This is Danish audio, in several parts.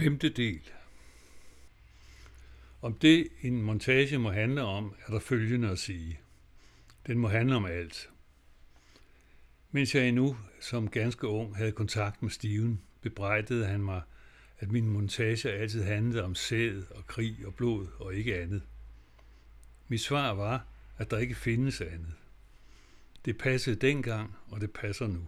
Femte del. Om det en montage må handle om, er der følgende at sige. Den må handle om alt. Mens jeg endnu som ganske ung havde kontakt med Steven, bebrejdede han mig, at min montage altid handlede om sæd og krig og blod og ikke andet. Mit svar var, at der ikke findes andet. Det passede dengang, og det passer nu.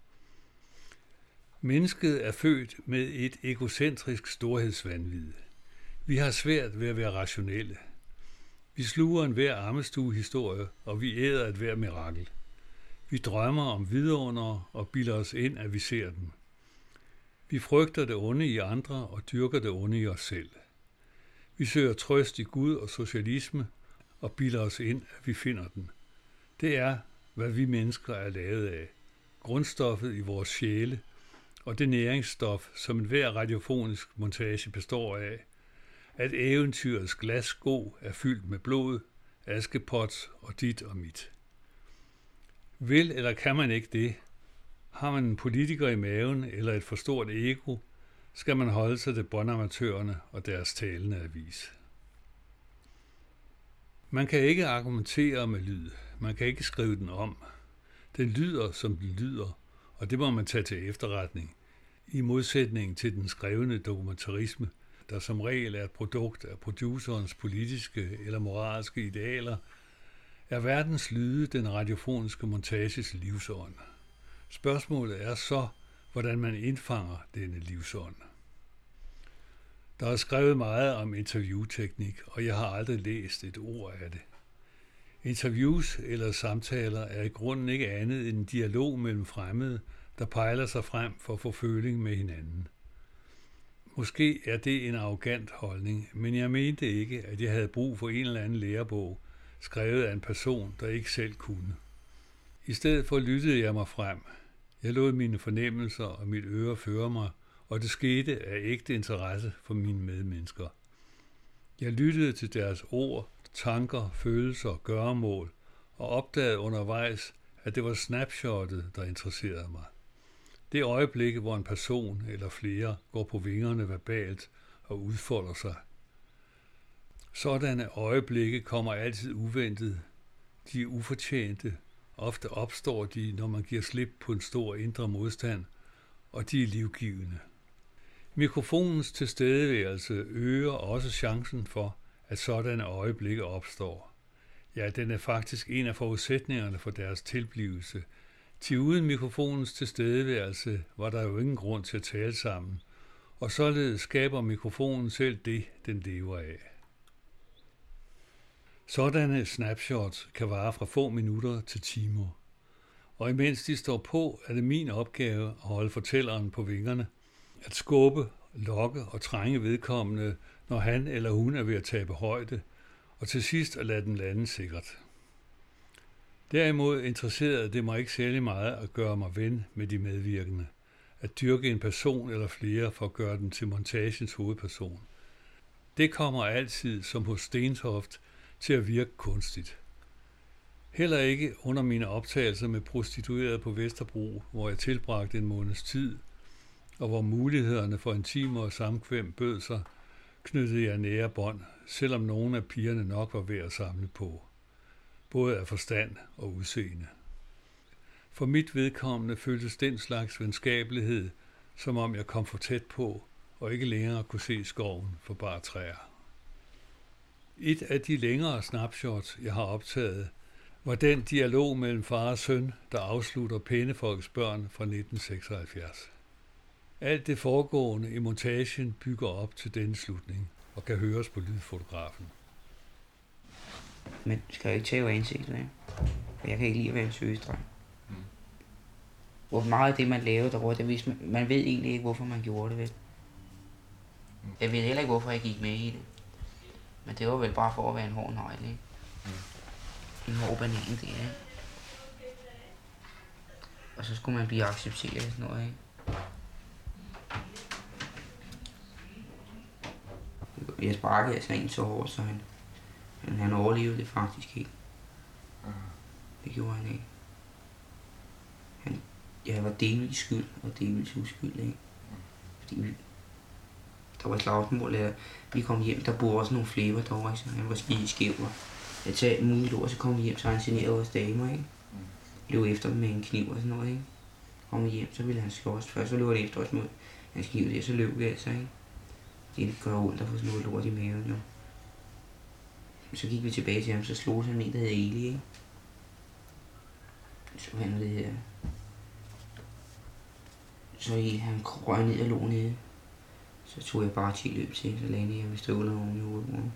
Mennesket er født med et egocentrisk storhedsvanvid. Vi har svært ved at være rationelle. Vi sluger enhver armestuehistorie, og vi æder et hver mirakel. Vi drømmer om vidunder og bilder os ind, at vi ser dem. Vi frygter det onde i andre og dyrker det onde i os selv. Vi søger trøst i Gud og socialisme og bilder os ind, at vi finder den. Det er, hvad vi mennesker er lavet af. Grundstoffet i vores sjæle og det næringsstof, som enhver radiofonisk montage består af, at eventyrets glassko er fyldt med blod, askepot og dit og mit. Vil eller kan man ikke det? Har man en politiker i maven eller et for stort ego, skal man holde sig til båndamatørerne og deres talende avis. Man kan ikke argumentere med lyd. Man kan ikke skrive den om. Den lyder, som den lyder, og det må man tage til efterretning, i modsætning til den skrevne dokumentarisme, der som regel er et produkt af producerens politiske eller moralske idealer, er verdens lyde den radiofoniske montages livsånd. Spørgsmålet er så, hvordan man indfanger denne livsånd. Der er skrevet meget om interviewteknik, og jeg har aldrig læst et ord af det. Interviews eller samtaler er i grunden ikke andet end en dialog mellem fremmede, der pejler sig frem for at få føling med hinanden. Måske er det en arrogant holdning, men jeg mente ikke, at jeg havde brug for en eller anden lærebog, skrevet af en person, der ikke selv kunne. I stedet for lyttede jeg mig frem. Jeg lod mine fornemmelser og mit øre føre mig, og det skete af ægte interesse for mine medmennesker. Jeg lyttede til deres ord, tanker, følelser, gøremål, og opdagede undervejs, at det var snapshottet, der interesserede mig. Det øjeblik, hvor en person eller flere går på vingerne verbalt og udfolder sig. Sådanne øjeblikke kommer altid uventet. De er ufortjente. Ofte opstår de, når man giver slip på en stor indre modstand, og de er livgivende. Mikrofonens tilstedeværelse øger også chancen for, at sådanne øjeblikke opstår. Ja, den er faktisk en af forudsætningerne for deres tilblivelse. Til uden mikrofonens tilstedeværelse var der jo ingen grund til at tale sammen, og således skaber mikrofonen selv det, den lever af. Sådanne snapshots kan vare fra få minutter til timer. Og imens de står på, er det min opgave at holde fortælleren på vingerne, at skubbe, lokke og trænge vedkommende, når han eller hun er ved at tabe højde, og til sidst at lade den lande sikkert. Derimod interesserede det mig ikke særlig meget at gøre mig ven med de medvirkende, at dyrke en person eller flere for at gøre den til montagens hovedperson. Det kommer altid, som hos Stentoft, til at virke kunstigt. Heller ikke under mine optagelser med prostituerede på Vesterbro, hvor jeg tilbragte en måneds tid, og hvor mulighederne for intimer og samkvem bød sig, knyttede jeg nære bånd, selvom nogle af pigerne nok var ved at samle på. Både af forstand og udseende. For mit vedkommende føltes den slags venskabelighed, som om jeg kom for tæt på, og ikke længere kunne se skoven for bare træer. Et af de længere snapshots, jeg har optaget, var den dialog mellem far og søn, der afslutter Pæne Folks Børn fra 1976. Alt det foregående i montagen bygger op til denne slutning og kan høres på lydfotografen. Men skal jeg ikke tage ansigtet af? Jeg kan ikke lide at være en søgestreng. Hvor meget af det, man lavede derovre, det vidste man ved egentlig ikke, hvorfor man gjorde det, vel? Jeg ved heller ikke, hvorfor jeg gik med i det. Men det var vel bare for at være en hård negl, ikke? En hård banan, det er. Og så skulle man blive accepteret og sådan noget, ikke? Jeg sparkede altså en så hårdt, så han overlevede det faktisk ikke. Det gjorde han ikke. Jeg var delvis skyld og delvis uskyld, ikke? Fordi der var slagsmål, vi kom hjem, der boede også nogle flæber derovre, så han var skide skæv, og jeg tager en muligt ord, så kom vi hjem, så han generede vores damer, ikke? Løb efter dem med en kniv og sådan noget, ikke? Kom vi hjem, så ville han slås. Først så løb han efter os mod hans kniv der, så løb vi altså, ikke? Det gør ondt at få sådan noget lort i maven, jo. Så gik vi tilbage til ham, så slog han en, der hed Eli, ikke? Så han det her. Så han røg ned og lå nede. Så tog jeg bare 10 løb til, så landede jeg med støvlerne oven i hovedet.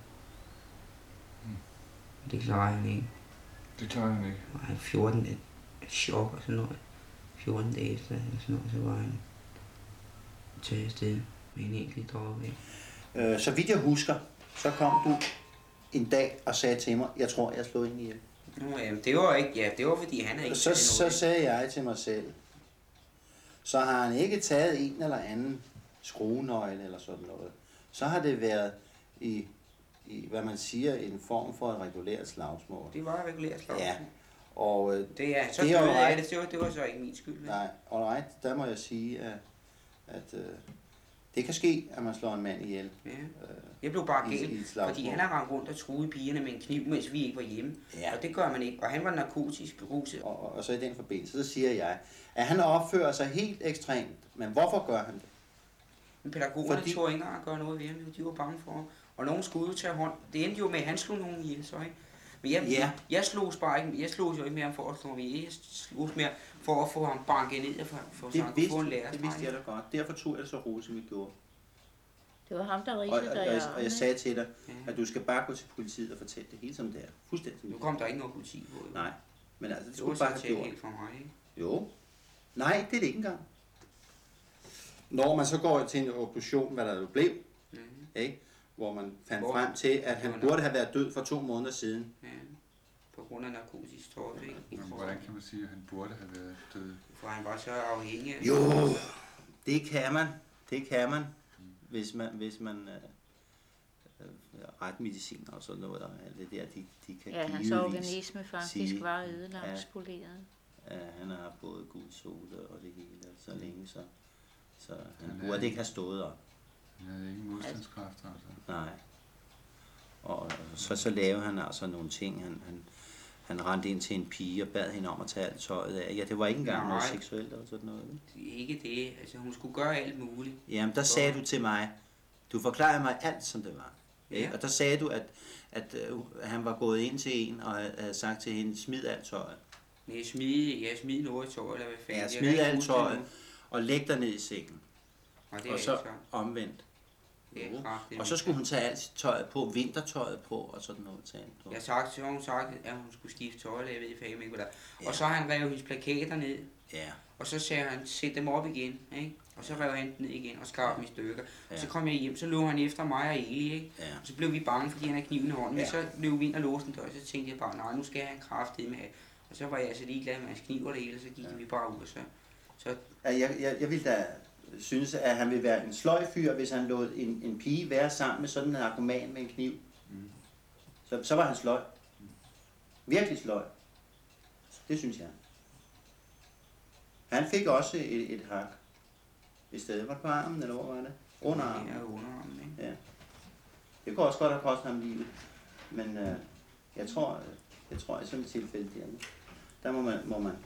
Det klarer han ikke. Det klarer han ikke? Nej, 14 dage. Chok og sådan noget. 14 dage efter, sådan noget, så var han taget afsted med en enkelt drop, ikke? Så vidt jeg husker, så kom du en dag og sagde til mig, jeg tror, jeg slog en ihjel. Nå, jamen, det var ikke, ja, det var fordi han havde ikke Så sagde jeg til mig selv, så har han ikke taget en eller anden skruenøgle eller sådan noget. Så har det været i hvad man siger, en form for et regulært slagsmål. Det var et regulært slagsmål. Ja, og det er, så det, det var så ikke min skyld. Nej, alright, der må jeg sige, at det kan ske, at man slår en mand ihjel. Ja. Jeg blev bare galt, fordi han har rendt rundt og truede pigerne med en kniv, mens vi ikke var hjemme. Ja. Og det gør man ikke. Og han var narkotisk beruset. Og så i den forbindelse, så siger jeg, at han opfører sig helt ekstremt. Men hvorfor gør han det? Men pædagogerne tog ikke engang at gøre noget ved ham. De var bange for ham. Og nogen skulle ud til at hånd. Det endte jo med, at han slog nogen ihjel, så ikke? Men jeg slogs bare ikke. Jeg slogs jo ikke mere for at slå ham ihjel. Jeg slogs mere for at få ham banket ned og få en lærer. Det vidste jeg da godt. Derfor tog jeg det så roligt, som jeg gjorde. Det var ham, der ridsede dig. Og jeg sagde til dig, at du skal bare gå til politiet og fortælle det hele som det er. Fuldstændig. Nu kom der ikke noget politi på. Nej, men altså, det skulle bare have gjort. Helt for mig, ikke? Jo. Nej, det er det ikke engang. Når man så går til en operation, hvad der jo blev, ikke? Hvor man fandt frem til, at han burde have været død for 2 måneder siden. Ja, på grund af narkotisk tårte, ikke? Men hvordan kan man sige, at han burde have været død? For han var så afhængig af... Jo, det kan man. Det kan man. Hvis man retmedicin og sådan noget, og alt det der, de kan ja, hans organisme faktisk var ødelagt, spoleret. Ja, han har både guldsole og det hele, så længe, så han burde ikke have stået op. Han havde ingen modstandskraft, altså. Nej. Og så lavede han altså nogle ting. Han rendte ind til en pige og bad hende om at tage alt tøjet af. Ja, det var ikke engang noget seksuelt eller sådan noget. Ikke det. Altså, hun skulle gøre alt muligt. Jamen, der sagde du til mig, du forklarede mig alt, som det var. Ja. Og der sagde du, at han var gået ind til en og havde sagt til hende, smid alt tøjet. Nej, smid noget tøj, eller hvad fanden. Ja, smid alt tøjet og læg dig ned i sengen. Og så omvendt. Ja, og så skulle hun tage alt tøjet på, vintertøjet på og sådan noget. Jeg sagde, hun sagt, at hun skulle skifte tøj, eller jeg ved fandme ikke, hvad der. Ja. Og så har han revet hendes plakater ned. Ja. Og så sagde han, sæt dem op igen, ikke? Og så rev han ned igen og skar dem i stykker. Ja. Så kom jeg hjem, så lå han efter mig og Eli, ikke? Ja. Og så blev vi bange, fordi han havde kniven i hånden. Ja. Men så løb vi ind og låste en dør, så tænkte jeg bare, nej, nu skal jeg have en kraft med. Og så var jeg altså ligeglad med hans kniv og det hele, så gik vi bare ud og så. Ja, jeg ville da synes, at han ville være en sløj fyr, hvis han lod en pige være sammen med sådan en narkoman med en kniv. Så var han sløj. Virkelig sløj. Det synes jeg. Han fik også et hak. I stedet var det på armen, eller hvor var det? Under armen. Ja, under armen, ikke? Ja. Det kunne også godt have kostet ham livet. Men jeg tror i sådan et tilfælde der må man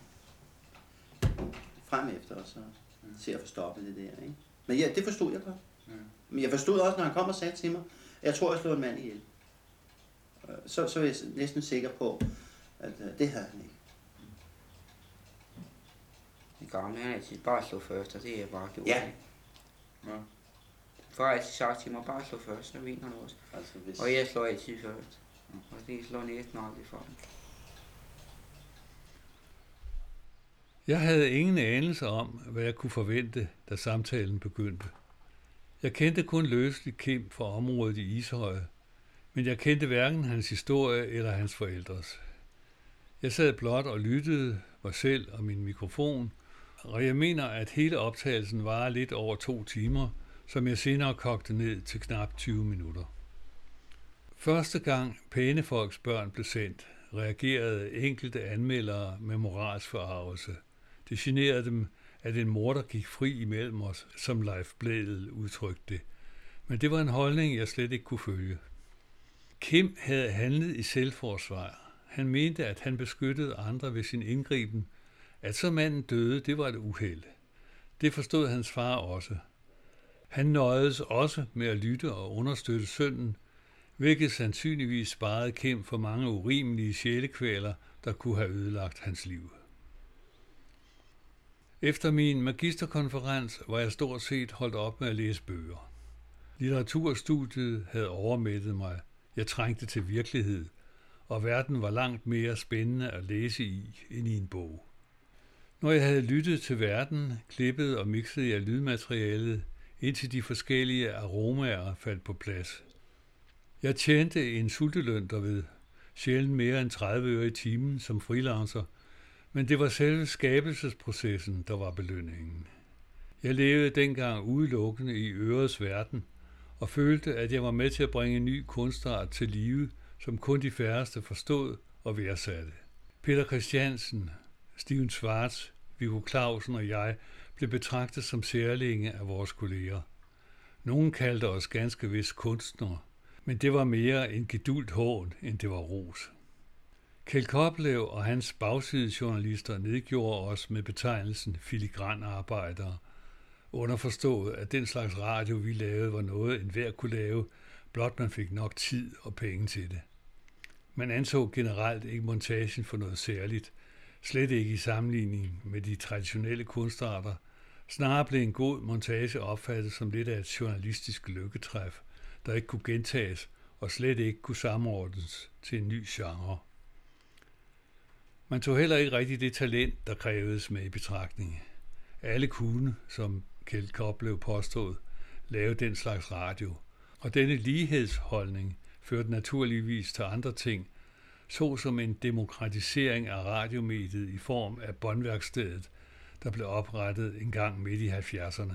frem efter og så se at få stoppet det der, ikke? Men ja, det forstod jeg godt. Ja. Men jeg forstod også, når han kom og sagde til mig, at jeg tror, jeg slog en mand ihjel. Så er jeg næsten sikker på, at det havde han ikke. Det gamle, han har altid bare slå først, og det er jeg bare gjort. Ja. Ja. Far har altid sagt til mig, bare slå først, så vinder du også. Altså, og jeg slår altid først. Og det slår næsten aldrig for dem. Jeg havde ingen anelse om, hvad jeg kunne forvente, da samtalen begyndte. Jeg kendte kun løseligt Kim fra området i Ishøje, men jeg kendte hverken hans historie eller hans forældres. Jeg sad blot og lyttede mig selv og min mikrofon, og jeg mener, at hele optagelsen varer lidt over 2 timer, som jeg senere kogte ned til knap 20 minutter. Første gang pæne folks børn blev sendt, reagerede enkelte anmeldere med moralsk forargelse. Det generede dem, at en morder gik fri imellem os, som Leif Blædel udtrykte det. Men det var en holdning, jeg slet ikke kunne følge. Kim havde handlet i selvforsvar. Han mente, at han beskyttede andre ved sin indgriben. At så manden døde, det var et uheld. Det forstod hans far også. Han nøjedes også med at lytte og understøtte sønnen, hvilket sandsynligvis sparede Kim for mange urimelige sjælekvæler, der kunne have ødelagt hans liv. Efter min magisterkonferens var jeg stort set holdt op med at læse bøger. Litteraturstudiet havde overmættet mig. Jeg trængte til virkelighed, og verden var langt mere spændende at læse i end i en bog. Når jeg havde lyttet til verden, klippede og mixede jeg lydmaterialet, indtil de forskellige aromaer faldt på plads. Jeg tjente en sulteløn derved, sjældent mere end 30 øre i timen som freelancer, men det var selve skabelsesprocessen, der var belønningen. Jeg levede dengang udelukkende i ørets verden, og følte, at jeg var med til at bringe en ny kunstart til live, som kun de færreste forstod og værdsatte. Peter Christiansen, Steven Schwartz, Viggo Clausen og jeg blev betragtet som særlinge af vores kolleger. Nogen kaldte os ganske vist kunstnere, men det var mere en gedulgt hån, end det var ros. Kjeld Koplev og hans bagsidejournalister nedgjorde os med betegnelsen filigranarbejdere, underforstået, at den slags radio, vi lavede, var noget, enhver kunne lave, blot man fik nok tid og penge til det. Man anså generelt ikke montagen for noget særligt, slet ikke i sammenligning med de traditionelle kunstarter. Snarere blev en god montage opfattet som lidt af et journalistisk lykketræf, der ikke kunne gentages og slet ikke kunne samordnes til en ny genre. Man tog heller ikke rigtig det talent, der krævedes med i betragtning. Alle kunne, som Kjeld Koplev påstod, lave den slags radio, og denne lighedsholdning førte naturligvis til andre ting, såsom en demokratisering af radiomediet i form af båndværkstedet, der blev oprettet en gang midt i 70'erne.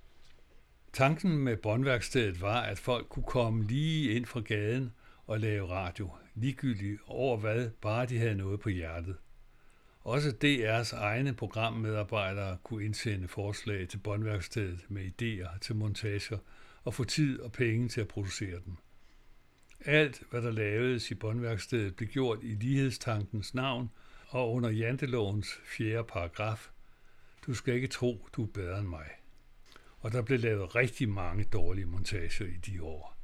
Tanken med båndværkstedet var, at folk kunne komme lige ind fra gaden og lave radio, ligegyldigt over hvad, bare de havde noget på hjertet. Også DR's egne programmedarbejdere kunne indsende forslag til båndværkstedet med idéer til montager og få tid og penge til at producere dem. Alt, hvad der lavedes i båndværkstedet, blev gjort i lighedstankens navn og under jantelovens 4. paragraf. Du skal ikke tro, du er bedre end mig. Og der blev lavet rigtig mange dårlige montager i de år.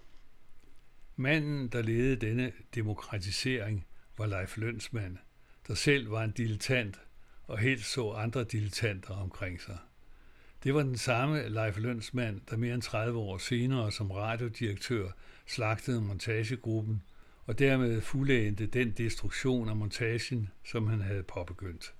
Manden, der ledede denne demokratisering, var Leif Lønsmand, der selv var en dilettant og helst så andre dilettanter omkring sig. Det var den samme Leif Lønsmand, der mere end 30 år senere som radiodirektør slagtede montagegruppen og dermed fuldendte den destruktion af montagen, som han havde påbegyndt.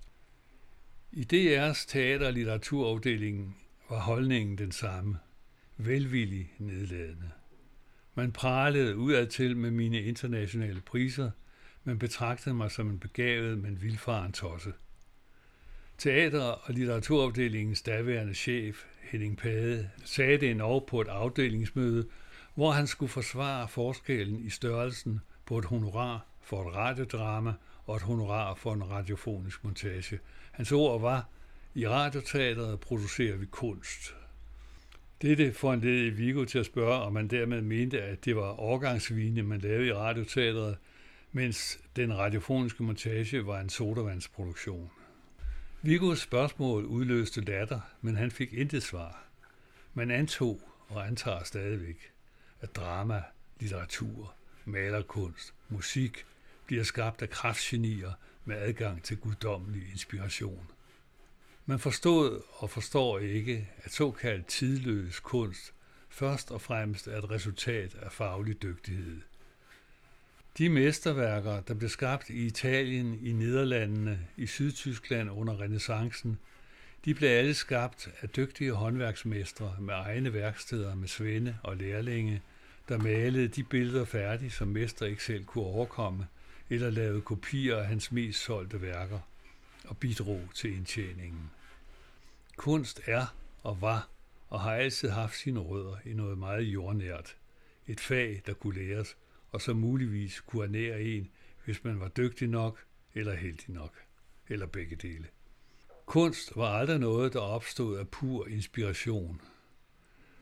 I DR's teater- og litteraturafdelingen var holdningen den samme, velvillig nedladende. Man pralede udadtil med mine internationale priser, men betragtede mig som en begavet, men vildfaren tosse. Teater- og litteraturafdelingens daværende chef, Henning Pade, sagde det endog på et afdelingsmøde, hvor han skulle forsvare forskellen i størrelsen på et honorar for et radiodrama og et honorar for en radiofonisk montage. Hans ord var, i radioteateret producerer vi kunst. Dette foranledede Viggo til at spørge, om man dermed mente, at det var årgangsvine, man lavede i radioteateret, mens den radiofoniske montage var en sodavandsproduktion. Viggos spørgsmål udløste latter, men han fik intet svar. Man antog og antager stadigvæk, at drama, litteratur, malerkunst, musik bliver skabt af kraftgenier med adgang til guddommelig inspiration. Man forstod og forstår ikke, at såkaldt tidløs kunst først og fremmest er et resultat af faglig dygtighed. De mesterværker, der blev skabt i Italien, i Nederlandene, i Sydtyskland under renæssancen, de blev alle skabt af dygtige håndværksmestre med egne værksteder med svende og lærlinge, der malede de billeder færdige, som mester ikke selv kunne overkomme, eller lavede kopier af hans mest solgte værker og bidrog til indtjeningen. Kunst er og var og har altid haft sine rødder i noget meget jordnært. Et fag, der kunne læres, og som muligvis kunne ernære en, hvis man var dygtig nok eller heldig nok, eller begge dele. Kunst var aldrig noget, der opstod af pur inspiration.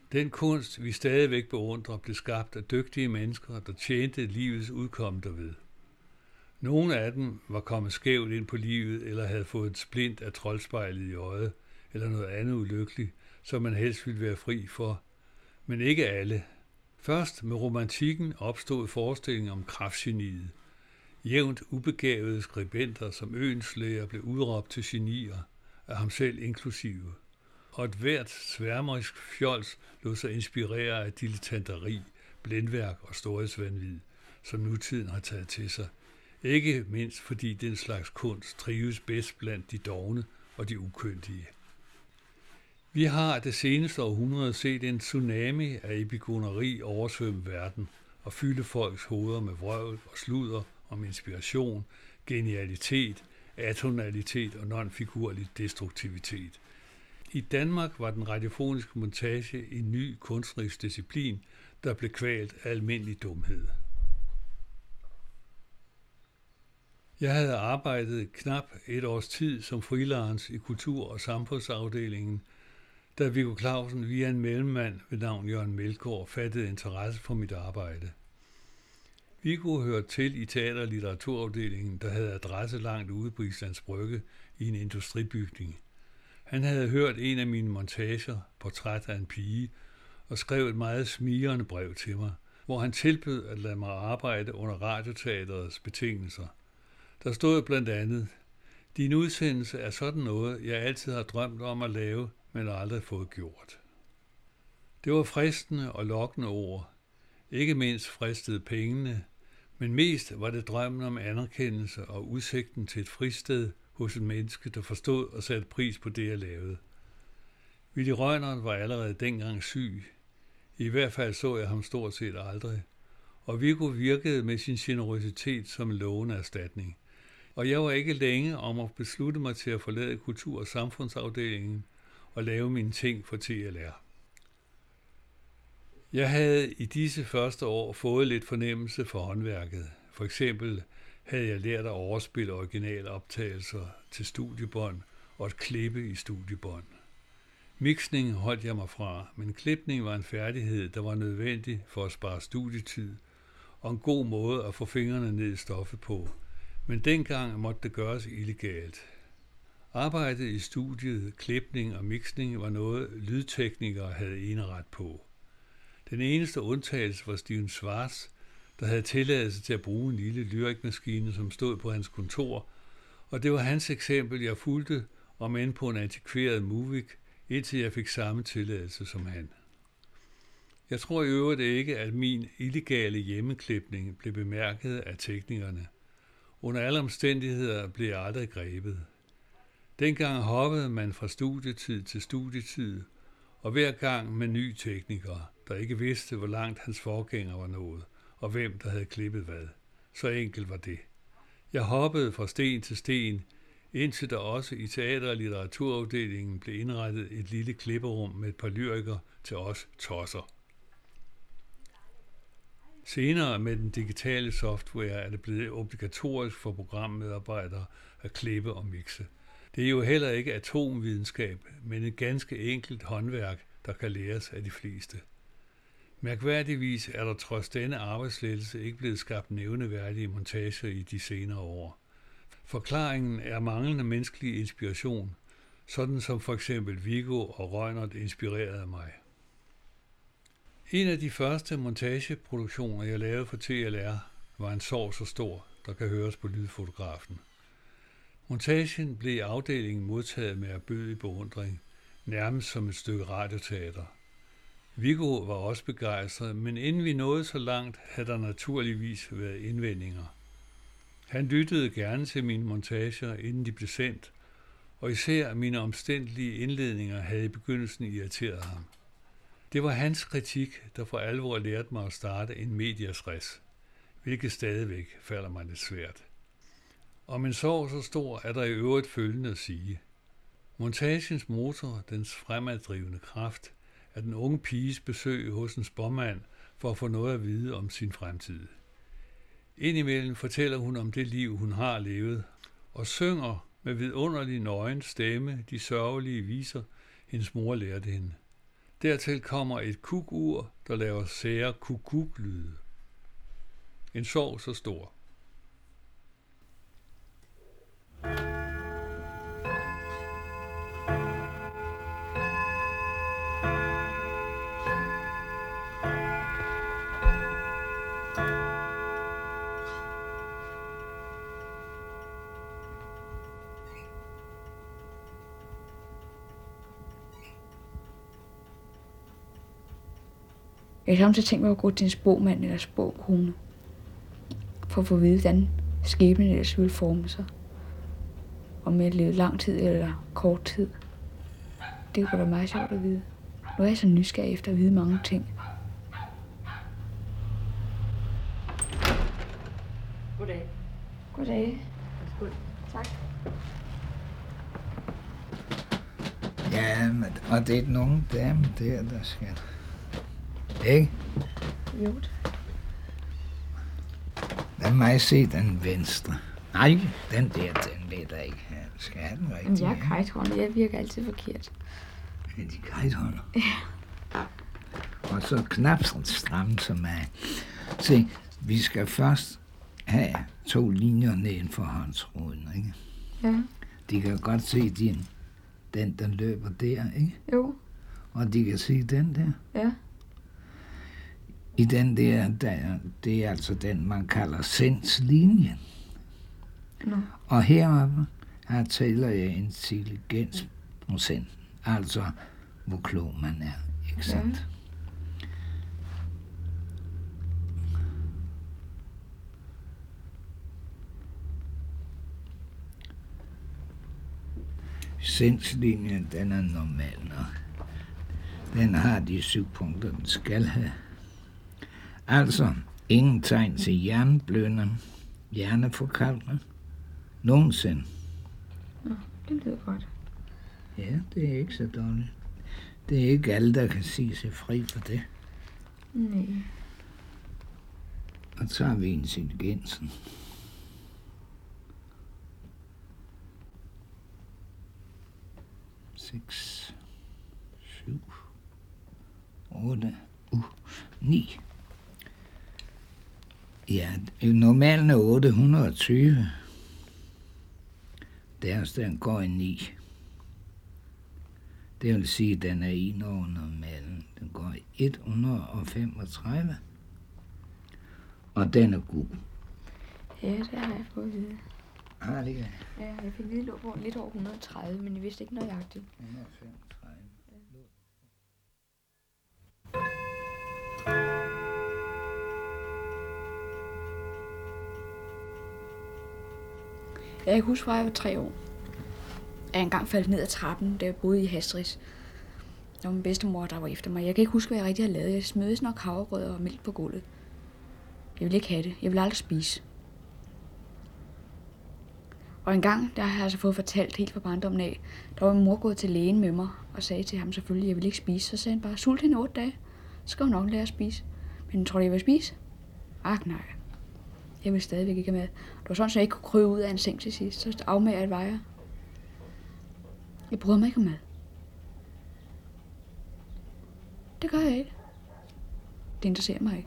Den kunst, vi stadigvæk beundrer, blev skabt af dygtige mennesker, der tjente livets udkom derved. Nogle af dem var kommet skævt ind på livet, eller havde fået et splint af troldspejlet i øjet, eller noget andet ulykkeligt, som man helst ville være fri for. Men ikke alle. Først med romantikken opstod forestillingen om kraftgeniet. Jævnt ubegavede skribenter som Oehlenschläger blev udråbt til genier, af ham selv inklusive. Og et hvert sværmerisk fjols lod sig inspirere af dilettanteri, blændværk og storhedsvanvid, som nutiden har taget til sig. Ikke mindst fordi den slags kunst trives bedst blandt de dovne og de ukyndige. Vi har det seneste århundrede set en tsunami af epigoneri oversvømme verden og fylde folks hoveder med vrøvl og sludder om inspiration, genialitet, atonalitet og non-figurlig destruktivitet. I Danmark var den radiofoniske montage en ny kunstnerisk disciplin, der blev kvalt af almindelig dumhed. Jeg havde arbejdet knap et års tid som freelance i kultur- og samfundsafdelingen, da Viggo Clausen via en mellemmand ved navn Jørgen Melgaard fattede interesse for mit arbejde. Viggo hørte til i teater- og litteraturafdelingen, der havde adresse langt ude på Islands Brygge i en industribygning. Han havde hørt en af mine montager, Portræt af en pige, og skrev et meget smigrende brev til mig, hvor han tilbød at lade mig arbejde under radioteaterets betingelser. Der stod blandt andet: din udsendelse er sådan noget, jeg altid har drømt om at lave, men aldrig fået gjort. Det var fristende og lokkende ord. Ikke mindst fristede pengene, men mest var det drømmen om anerkendelse og udsigten til et fristed hos et menneske, der forstod og satte pris på det, jeg lavede. Willy Rønert var allerede dengang syg. I hvert fald så jeg ham stort set aldrig. Og Viggo virkede med sin generøsitet som en lovende erstatning. Og jeg var ikke længe om at beslutte mig til at forlade kultur- og samfundsafdelingen og lave mine ting for TLR. Jeg havde i disse første år fået lidt fornemmelse for håndværket. For eksempel havde jeg lært at overspille originale optagelser til studiebånd og at klippe i studiebånd. Mixning holdt jeg mig fra, men klipning var en færdighed, der var nødvendig for at spare studietid og en god måde at få fingrene ned i stoffet på. Men dengang måtte det gøres illegalt. Arbejdet i studiet, klipning og mixning var noget, lydteknikere havde eneret på. Den eneste undtagelse var Steven Schwartz, der havde tilladelse til at bruge en lille lyrikmaskine, som stod på hans kontor, og det var hans eksempel, jeg fulgte, om end på en antikveret Movic, indtil jeg fik samme tilladelse som han. Jeg tror i øvrigt ikke, at min illegale hjemmeklipning blev bemærket af teknikerne. Under alle omstændigheder blev jeg aldrig grebet. Dengang hoppede man fra studietid til studietid, og hver gang med ny tekniker, der ikke vidste, hvor langt hans forgænger var nået, og hvem der havde klippet hvad. Så enkelt var det. Jeg hoppede fra sten til sten, indtil der også i teater- og litteraturafdelingen blev indrettet et lille klipperum med et par lyrikere til os tosser. Senere med den digitale software er det blevet obligatorisk for programmedarbejdere at klippe og mixe. Det er jo heller ikke atomvidenskab, men et ganske enkelt håndværk, der kan læres af de fleste. Mærkværdigvis er der trods denne arbejdslettelse ikke blevet skabt nævneværdige montager i de senere år. Forklaringen er manglende menneskelig inspiration, sådan som for eksempel Viggo og Rønert inspirerede mig. En af de første montageproduktioner, jeg lavede for TLR, var en sorg så stor, der kan høres på lydfotografen. Montagen blev i afdelingen modtaget med erbødig beundring, nærmest som et stykke radioteater. Viggo var også begejstret, men inden vi nåede så langt, havde der naturligvis været indvendinger. Han lyttede gerne til mine montager, inden de blev sendt, og især mine omstændelige indledninger havde i begyndelsen irriteret ham. Det var hans kritik, der for alvor lærte mig at starte en medias res, hvilket stadigvæk falder mig lidt svært. Om en sorg så stor er der i øvrigt følgende at sige. Montagens motor, dens fremaddrivende kraft, er den unge piges besøg hos en spåmand for at få noget at vide om sin fremtid. Indimellem fortæller hun om det liv, hun har levet, og synger med vidunderlig nøgen stemme de sørgelige viser, hendes mor lærte hende. Dertil kommer et kukur, der laver sære kukuk-lyde. En sorg så stor. Jeg har samtidig tænkt mig at gå til en spåmand eller spåkone, for at få at vide, hvordan skæbnen ellers ville forme sig. Om jeg levede lang tid eller kort tid. Det kunne være meget sjovt at vide. Nu er jeg så nysgerrig efter at vide mange ting. Goddag. Goddag. Værsgo. Tak. Ja, men, og det er den unge dame der skal... Ikke? Jo. Lad mig se den venstre. Nej, den der, den vil jeg ikke have. Skal jeg have den rigtigt? Jeg er kajthånder. Jeg virker altid forkert. Ja, de kajthånder. Ja. Og så knap så stramt som mig. Se, vi skal først have 2 linjer neden for håndsroden, ikke? Ja. De kan godt se den der løber der, ikke? Jo. Og de kan se den der. Ja. I den der, det er altså den, man kalder sindslinjen. Nå. Og heroppe, her tæller jeg intelligensprocent, altså hvor klog man er, ikke sandt? Ja. Sindslinjen, den er normal nok. Den har de 7 punkter, den skal have. Altså, ingen tegn til hjerneblødning, hjerneforkalkning, nogensinde. Nå, det lyder godt. Ja, det er ikke så dårligt. Det er ikke alle, der kan sige sig fri for det. Nej. Og så har vi intelligensen. Seks, 7, 8, 9. Ja, normalen er 820. Deres, den går i 9. Det vil sige, at den er 1 over normalen. Den går i 135. Og den er god. Ja, det har jeg fået at vide. Har det ikke? Ja, jeg fik vide på lidt over 130, men jeg vidste ikke nøjagtigt. 135. Jeg kan huske, fra jeg var 3 år. Jeg engang faldt ned ad trappen, da jeg boede i Hastris. Der var min bedstemor, der var efter mig. Jeg kan ikke huske, hvad jeg rigtig havde lavet. Jeg smed nok havregrød og mælk på gulvet. Jeg ville ikke have det. Jeg ville aldrig spise. Og en gang, der har jeg altså fået fortalt helt fra barndommen af, der var min mor gået til lægen med mig og sagde til ham selvfølgelig, at jeg ville ikke spise. Så sagde han bare, sult hende 8 dage. Så skal hun nok lære at spise. Men tror du, jeg vil spise? Nej. Jeg ville stadigvæk ikke have med. Det var sådan, at jeg ikke kunne krybe ud af en seng til sidst. Så afmagret var jeg. Jeg bryder mig ikke om mad. Det gør jeg ikke. Det interesserer mig ikke.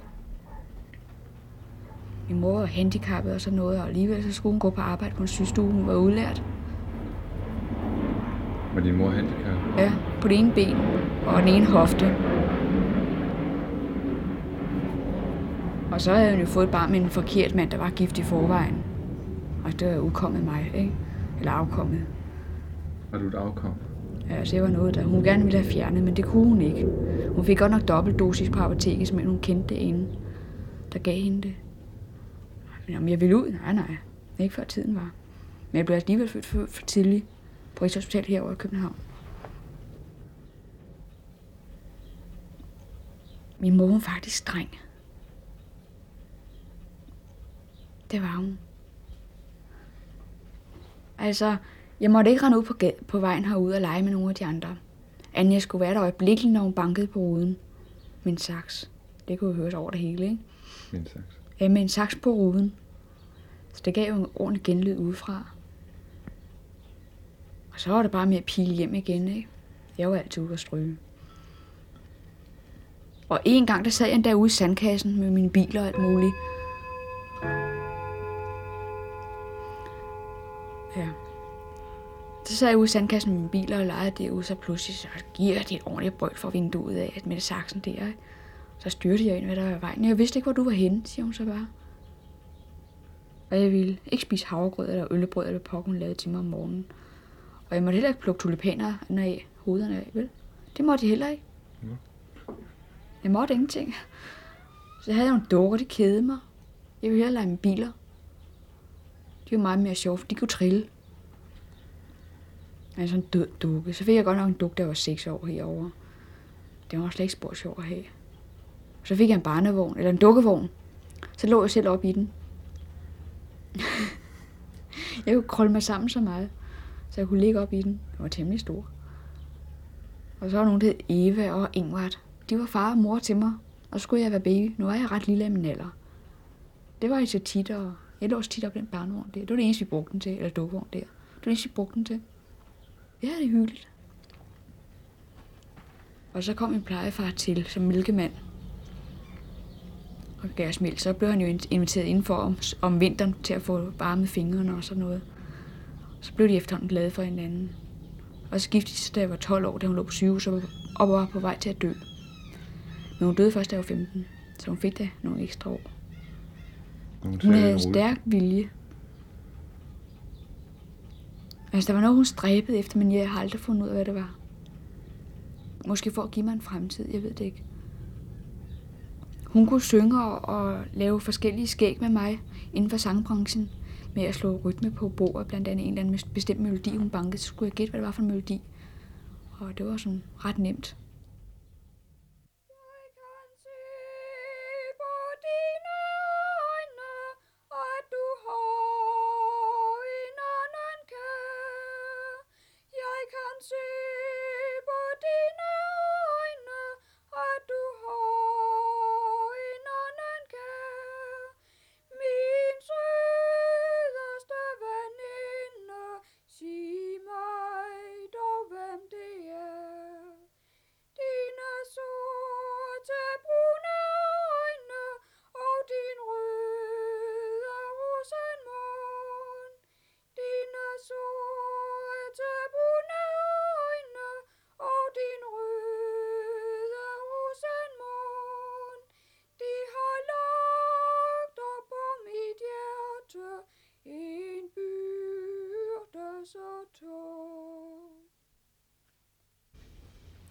Min mor var handicappet og sådan noget, og alligevel så skulle hun gå på arbejde på en sygestue. Hun var udlært. Var din mor handicappet? Ja, på det ene ben og den ene hofte. Og så havde hun jo fået et barn med en forkert mand, der var gift i forvejen. Og det var udkommet mig, ikke? Eller afkommet. Var du et afkom? Ja, altså jeg var noget, der hun gerne ville have fjernet, men det kunne hun ikke. Hun fik godt nok dobbeltdosis på apoteket, men hun kendte det ene, der gav hende det. Men om jeg ville ud? Nej. Ikke før tiden var. Men jeg blev alligevel født for tidligt på Rigshospitalet herovre i København. Min mor var faktisk streng. Det var hun. Altså, jeg måtte ikke rende ud på vejen herude og lege med nogle af de andre. Anja skulle være der øjeblikkeligt, når hun bankede på ruden. Med en saks. Det kunne jo høres over det hele, ikke? Med en saks? Ja, med en saks på ruden. Så det gav jo en ordentlig genlyd udefra. Og så var det bare med at pile hjem igen, ikke? Jeg var altid ude at stryge. Og en gang, der sad jeg derude i sandkassen med mine biler og alt muligt. Ja. Så sad jeg ude i sandkassen med mine biler og legede derude, så pludselig så giver jeg det et ordentligt brøl fra vinduet af, at med saksen der, ikke? Så styrte jeg ind, hvad der var i vejen. Jeg vidste ikke, hvor du var henne, siger hun så bare. Og jeg ville ikke spise havregrød eller øllebrød, eller pokker hun lavede til mig om morgenen. Og jeg måtte heller ikke plukke tulipaner af hovederne af, vel? Det måtte jeg heller ikke. Jeg måtte ingenting. Så havde jeg nogle dukker, de kædede mig. Jeg ville hellere lege med biler. De var meget mere sjove, for de kunne trille. Men sådan en død dukke. Så fik jeg godt nok en dukke, der var 6 år herovre. Det var slet ikke spor sjov at have. Så fik jeg en barnevogn, eller en dukkevogn. Så lå jeg selv op i den. Jeg kunne krølle mig sammen så meget, så jeg kunne ligge op i den. Den var temmelig stor. Og så var nogen, der hed Eva og Ingvard. De var far og mor til mig, og så skulle jeg være baby. Nu er jeg ret lille af min alder. Det var jeg så tit, og jeg lå også tit op i den barnevogn der. Det var det eneste, vi brugte den til, eller dukkevogn der. Det var det eneste, vi brugte den til. Ja, det er hyggeligt. Og så kom min plejefar til som mælkemand. Og gav os mælk. Så blev han jo inviteret indenfor om vinteren til at få varme fingrene og sådan noget. Så blev de efterhånden glade for hinanden. Og så giftede de sig, da jeg var 12 år, da hun lå på sygehus og var på vej til at dø. Men hun døde først, da jeg var 15, så hun fik da nogle ekstra år. Hun havde stærk vilje. Altså, der var noget, hun stræbede efter, men jeg har aldrig fundet ud af, hvad det var. Måske for at give mig en fremtid, jeg ved det ikke. Hun kunne synge og lave forskellige skæg med mig inden for sangbranchen, med at slå rytme på bordet, blandt andet en eller anden bestemt melodi, hun bankede, så skulle jeg gætte, hvad det var for en melodi. Og det var sådan ret nemt.